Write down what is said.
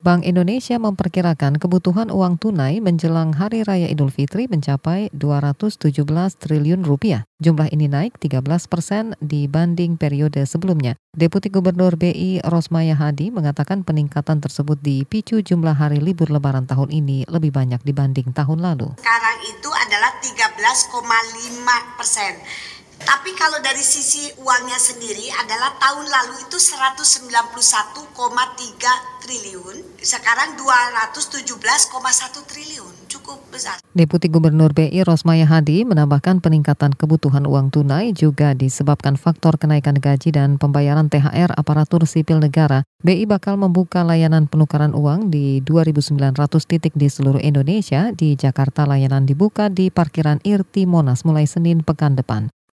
Bank Indonesia memperkirakan kebutuhan uang tunai menjelang Hari Raya Idul Fitri mencapai 217 triliun rupiah. Jumlah ini naik 13% dibanding periode sebelumnya. Deputi Gubernur BI Rosmaya Hadi mengatakan peningkatan tersebut dipicu jumlah hari libur Lebaran tahun ini lebih banyak dibanding tahun lalu. Sekarang itu adalah 13,5%. Tapi kalau dari sisi uangnya sendiri adalah tahun lalu itu 191,3 triliun, sekarang 217,1 triliun, cukup besar. Deputi Gubernur BI Rosmaya Hadi menambahkan peningkatan kebutuhan uang tunai juga disebabkan faktor kenaikan gaji dan pembayaran THR aparatur sipil negara. BI bakal membuka layanan penukaran uang di 2.900 titik di seluruh Indonesia. Di Jakarta layanan dibuka di parkiran Irti Monas mulai Senin pekan depan.